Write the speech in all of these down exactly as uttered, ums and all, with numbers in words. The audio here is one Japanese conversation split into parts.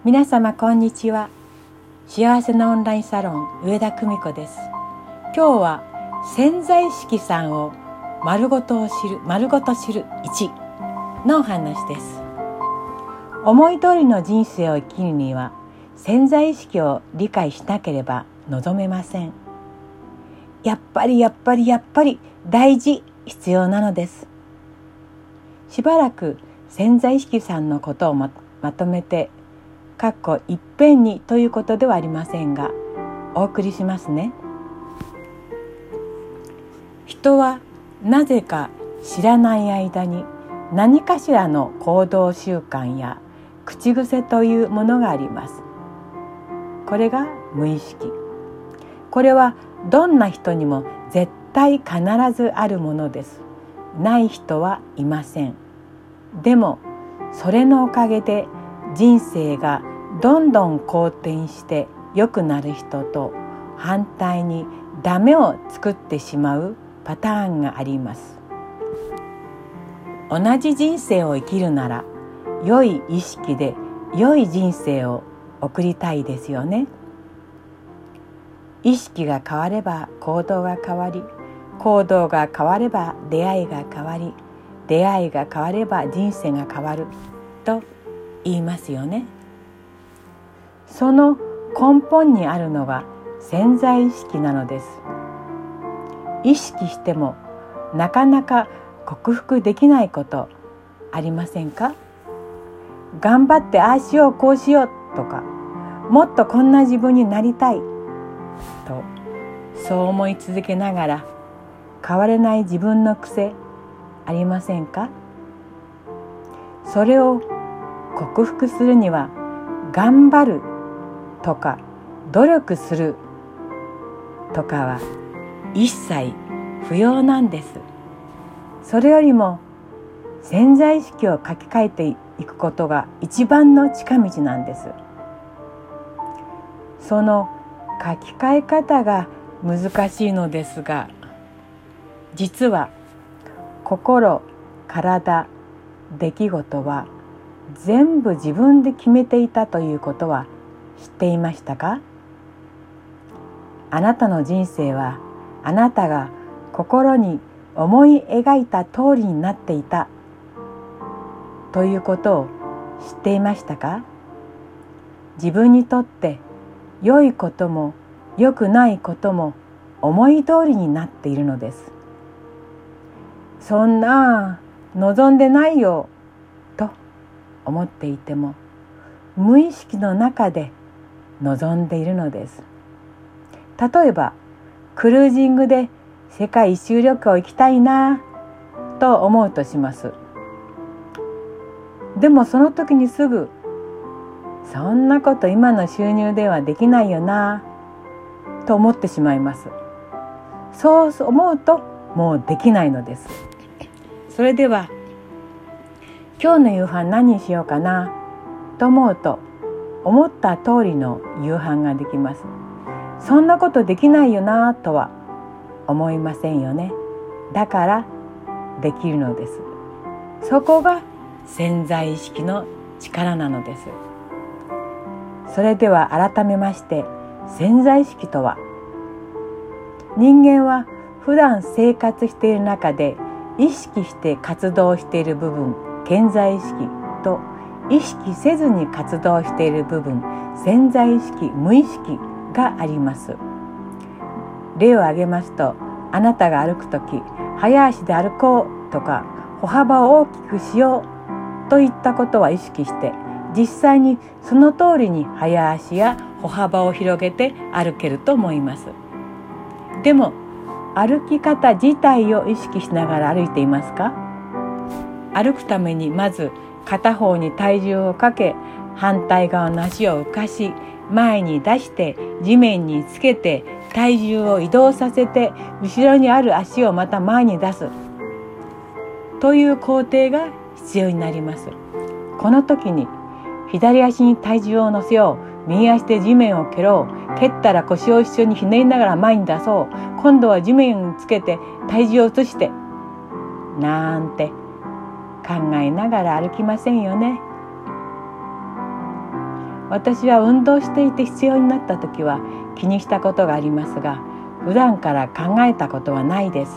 皆様こんにちは。幸せのオンラインサロン上田久美子です。今日は潜在意識さんを丸ごとを知る丸ごと知るいちのお話です。思い通りの人生を生きるには潜在意識を理解しなければ望めません。やっぱりやっぱりやっぱり大事必要なのです。しばらく潜在意識さんのことを ま, まとめてかっこいっぺんにということではありませんがお送りしますね。人はなぜか知らない間に何かしらの行動習慣や口癖というものがあります。これが無意識。これはどんな人にも絶対必ずあるものです。ない人はいません。でもそれのおかげで人生がどんどん好転して良くなる人と反対にダメを作ってしまうパターンがあります。同じ人生を生きるなら良い意識で良い人生を送りたいですよね。意識が変われば行動が変わり、行動が変われば出会いが変わり、出会いが変われば人生が変わると言いますよね。その根本にあるのが潜在意識なのです。意識してもなかなか克服できないことありませんか？頑張ってああしようこうしようとか、もっとこんな自分になりたいとそう思い続けながら変われない自分の癖ありませんか？それを克服するには頑張るとか努力するとかは一切不要なんです。それよりも潜在意識を書き換えていくことが一番の近道なんです。その書き換え方が難しいのですが、実は心、体、出来事は全部自分で決めていたということは知っていましたか？あなたの人生はあなたが心に思い描いた通りになっていたということを知っていましたか？自分にとって良いことも良くないことも思い通りになっているのです。そんな望んでないよと思っていても無意識の中で望んでいるのです。例えばクルージングで世界一周旅行行きたいなと思うとします。でもその時にすぐそんなこと今の収入ではできないよなと思ってしまいます。そう思うともうできないのです。それでは今日の夕飯何にしようかなと思うと思った通りの夕飯ができます。そんなことできないよなとは思いませんよね。だからできるのです。そこが潜在意識の力なのです。それでは改めまして潜在意識とは、人間は普段生活している中で意識して活動している部分顕在意識と意識せずに活動している部分潜在意識無意識があります。例を挙げますと、あなたが歩くとき早足で歩こうとか歩幅を大きくしようといったことは意識して実際にその通りに早足や歩幅を広げて歩けると思います。でも歩き方自体を意識しながら歩いていますか？歩くためにまず片方に体重をかけ、反対側の足を浮かし前に出して地面につけて体重を移動させて後ろにある足をまた前に出すという工程が必要になります。この時に左足に体重を乗せよう、右足で地面を蹴ろう、蹴ったら腰を一緒にひねりながら前に出そう、今度は地面につけて体重を移してなんて考えながら歩きませんよね。 私は運動していて必要になった時は気にしたことがありますが、普段から考えたことはないです。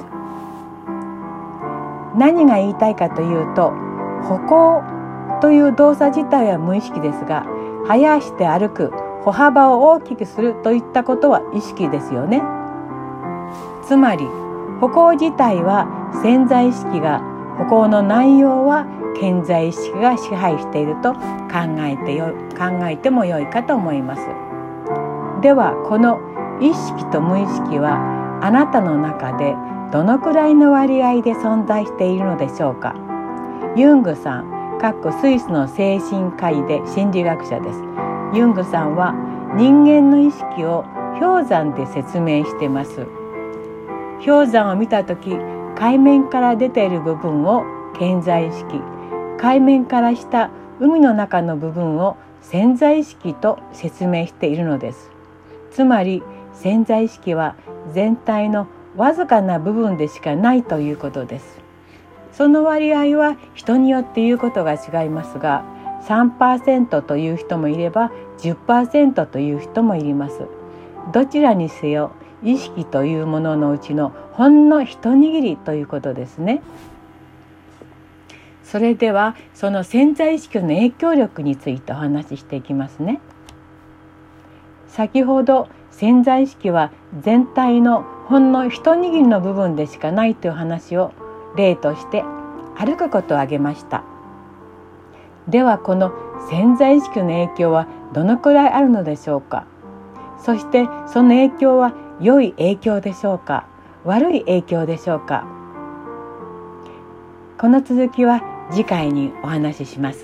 何が言いたいかというと、歩行という動作自体は無意識ですが、早足で歩く、歩幅を大きくするといったことは意識ですよね。つまり歩行自体は潜在意識が、歩行の内容は顕在意識が支配していると考えてよ考えてもよいかと思います。ではこの意識と無意識はあなたの中でどのくらいの割合で存在しているのでしょうか。ユングさん、かっこスイスの精神科医で心理学者です。ユングさんは人間の意識を氷山で説明しています。氷山を見たとき、海面から出ている部分を顕在意識、海面から下、海の中の部分を潜在意識と説明しているのです。つまり潜在意識は全体のわずかな部分でしかないということです。その割合は人によって言うことが違いますが、さんパーセント という人もいれば じゅっパーセント という人もいます。どちらにせよ意識というもののうちのほんの一握りということですね。それではその潜在意識の影響力についてお話ししていきますね。先ほど潜在意識は全体のほんの一握りの部分でしかないという話を例として歩くことを挙げました。ではこの潜在意識の影響はどのくらいあるのでしょうか。そしてその影響は良い影響でしょうか、悪い影響でしょうか。この続きは次回にお話しします。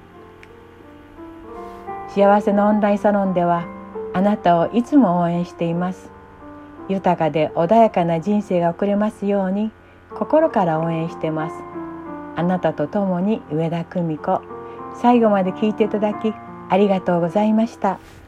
幸せのオンラインサロンではあなたをいつも応援しています。豊かで穏やかな人生が送れますように心から応援してます。あなたと共に上田久美子。最後まで聞いていただきありがとうございました。